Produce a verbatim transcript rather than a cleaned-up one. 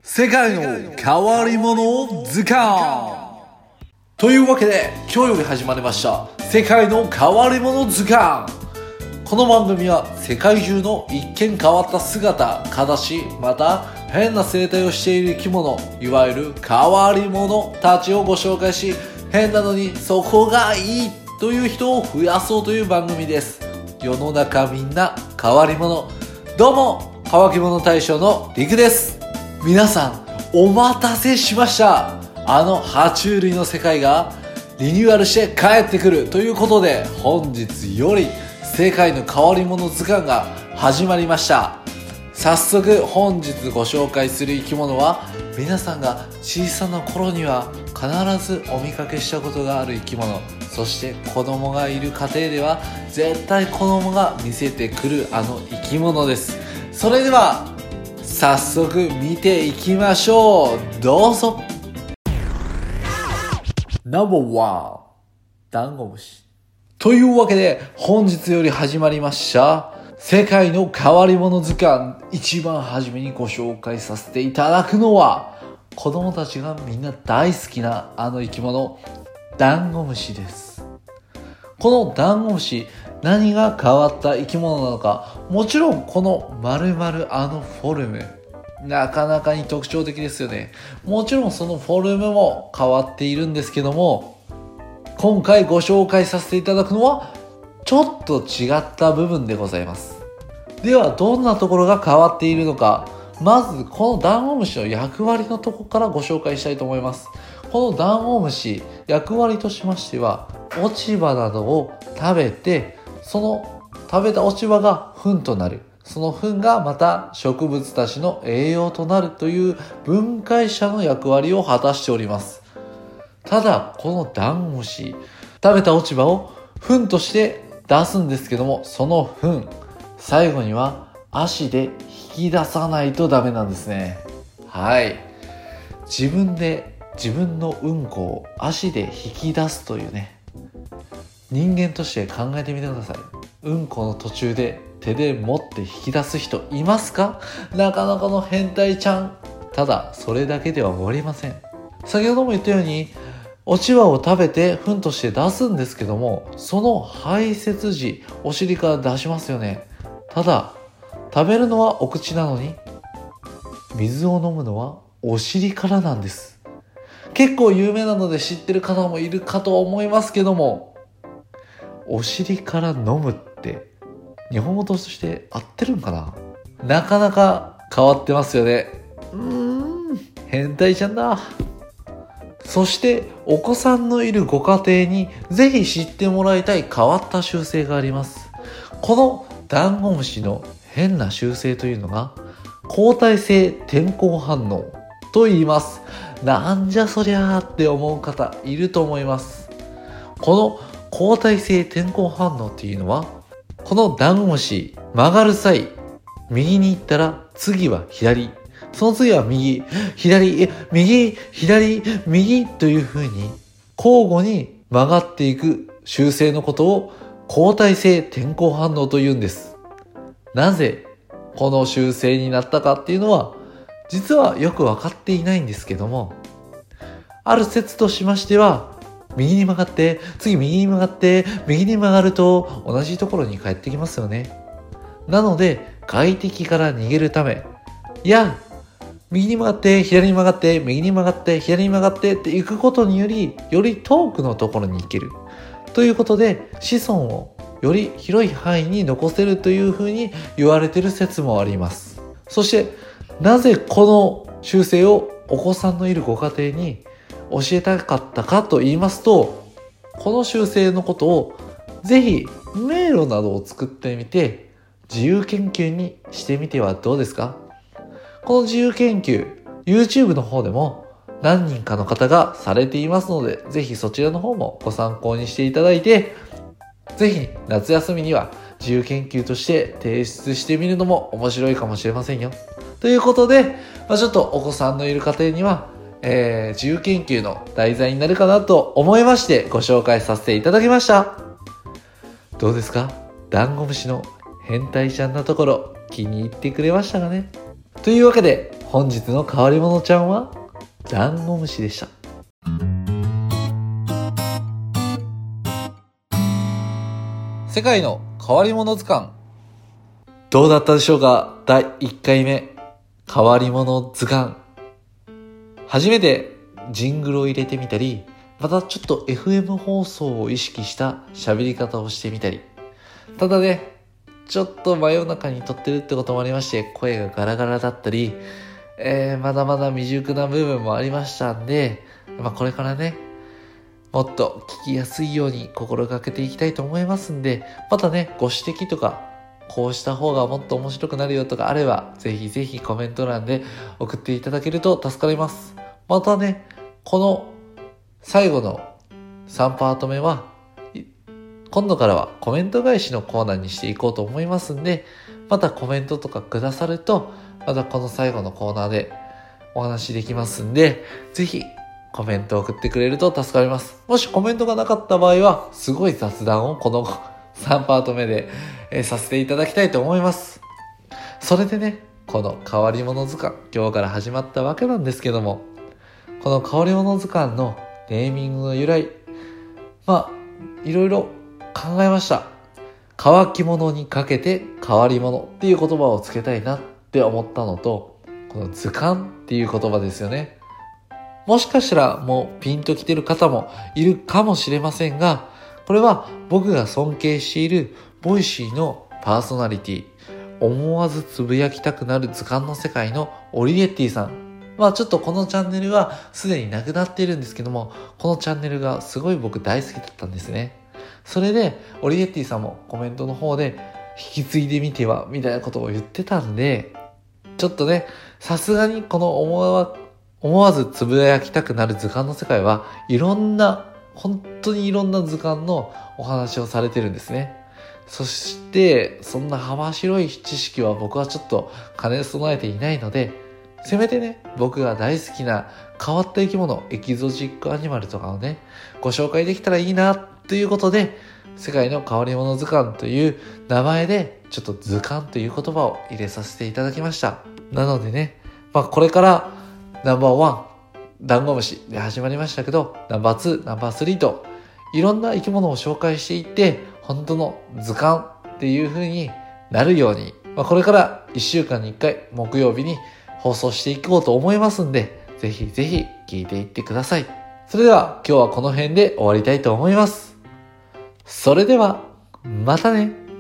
世界の変わり者図鑑というわけで、今日より始まりました世界の変わり者図鑑。この番組は世界中の一見変わった姿、形、また変な生態をしている生き物、いわゆる変わり者たちをご紹介し、変なのにそこがいいという人を増やそうという番組です。世の中みんな変わり者。どうも、乾き物大将のりくです。皆さんお待たせしました。あの爬虫類の世界がリニューアルして帰ってくるということで、本日より世界の変わり者図鑑が始まりました。早速本日ご紹介する生き物は、皆さんが小さな頃には必ずお見かけしたことがある生き物、そして子供がいる家庭では絶対子供が見せてくるあの生き物です。それでは早速見ていきましょう。どうぞ。ナンバーワン、ダンゴムシ。というわけで本日より始まりました世界の変わり者図鑑。一番初めにご紹介させていただくのは、子供たちがみんな大好きなあの生き物、ダンゴムシです。このダンゴムシ、何が変わった生き物なのか。もちろんこの丸々あのフォルム、なかなかに特徴的ですよね。もちろんそのフォルムも変わっているんですけども、今回ご紹介させていただくのはちょっと違った部分でございます。ではどんなところが変わっているのか。まずこのダンゴムシの役割のところからご紹介したいと思います。このダンゴムシ、役割としましては、落ち葉などを食べて、その食べた落ち葉が糞となる。その糞がまた植物たちの栄養となるという分解者の役割を果たしております。ただこのダンゴムシ、食べた落ち葉を糞として出すんですけども、その糞、最後には足で引き出さないとダメなんですね。はい。自分で自分のうんこを足で引き出すというね、人間として考えてみてください。うんこの途中で手で持って引き出す人いますか？なかなかの変態ちゃん。ただそれだけでは終わりません。先ほども言ったように、落ち葉を食べて糞として出すんですけども、その排泄時お尻から出しますよね。ただ食べるのはお口なのに、水を飲むのはお尻からなんです。結構有名なので知ってる方もいるかと思いますけども、お尻から飲むって日本語として合ってるんかな。なかなか変わってますよね。うーん、変態ちゃんだ。そしてお子さんのいるご家庭にぜひ知ってもらいたい変わった習性があります。このダンゴムシの変な習性というのが、交代性転校反応と言います。なんじゃそりゃーって思う方いると思います。この交代性転校反応っていうのは、このダンゴムシ曲がる際、右に行ったら次は左、その次は右、左、右、左、右という風に交互に曲がっていく習性のことを交代性転校反応というんです。なぜこの習性になったかっていうのは、実はよくわかっていないんですけども、ある説としましては、右に曲がって、次右に曲がって、右に曲がると同じところに帰ってきますよね。なので外敵から逃げるため、いや、右に曲がって左に曲がって右に曲がって左に曲がってって行くことにより、より遠くのところに行けるということで、子孫をより広い範囲に残せるというふうに言われている説もあります。そしてなぜこの習性をお子さんのいるご家庭に教えたかったかと言いますと、この習性のことをぜひ迷路などを作ってみて自由研究にしてみてはどうですか？この自由研究、 YouTube の方でも何人かの方がされていますので、ぜひそちらの方もご参考にしていただいて、ぜひ夏休みには自由研究として提出してみるのも面白いかもしれませんよ。ということで、まあ、ちょっとお子さんのいる家庭には、えー、自由研究の題材になるかなと思いましてご紹介させていただきました。どうですか？ダンゴムシの変態ちゃんなところ気に入ってくれましたかね？というわけで本日の変わり者ちゃんはダンゴムシでした。世界の変わり者図鑑、どうだったでしょうか。だいいっかいめ変わり者図鑑、初めてジングルを入れてみたり、またちょっと エフエム 放送を意識した喋り方をしてみたり、ただねちょっと真夜中に撮ってるってこともありまして、声がガラガラだったり、えー、まだまだ未熟な部分もありましたんで、まあ、これからねもっと聞きやすいように心がけていきたいと思いますんで、またねご指摘とかこうした方がもっと面白くなるよとかあれば、ぜひぜひコメント欄で送っていただけると助かります。またねこの最後のさんパート目は今度からはコメント返しのコーナーにしていこうと思いますんで、またコメントとかくださると、またこの最後のコーナーでお話しできますんで、ぜひコメントを送ってくれると助かります。もしコメントがなかった場合は、すごい雑談をこのさんパート目で、えー、させていただきたいと思います。それでね、この変わり者図鑑、今日から始まったわけなんですけども、この変わり者図鑑のネーミングの由来、まあいろいろ考えました。乾き物にかけて変わり者っていう言葉をつけたいなって思ったのと、この図鑑っていう言葉ですよね。もしかしたらもうピンときてる方もいるかもしれませんが、これは僕が尊敬しているボイシーのパーソナリティ、思わずつぶやきたくなる図鑑の世界のオリエッティさん。まあちょっとこのチャンネルはすでになくなっているんですけども、このチャンネルがすごい僕大好きだったんですね。それでオリエッティさんもコメントの方で引き継いでみてはみたいなことを言ってたんで、ちょっとねさすがにこの思わ思わずつぶやきたくなる図鑑の世界はいろんな本当にいろんな図鑑のお話をされてるんですね。そしてそんな幅広い知識は僕はちょっと兼ね備えていないので、せめてね僕が大好きな変わった生き物、エキゾチックアニマルとかをねご紹介できたらいいなということで、世界の変わり者図鑑という名前でちょっと図鑑という言葉を入れさせていただきました。なのでね、まあこれからナンバーワンダンゴムシで始まりましたけど、ナンバーツーナンバースリーといろんな生き物を紹介していって、本当の図鑑っていう風になるように、まあ、これからいっしゅうかんにいっかい木曜日に放送していこうと思いますんで、ぜひぜひ聞いていってください。それでは今日はこの辺で終わりたいと思います。それではまたね。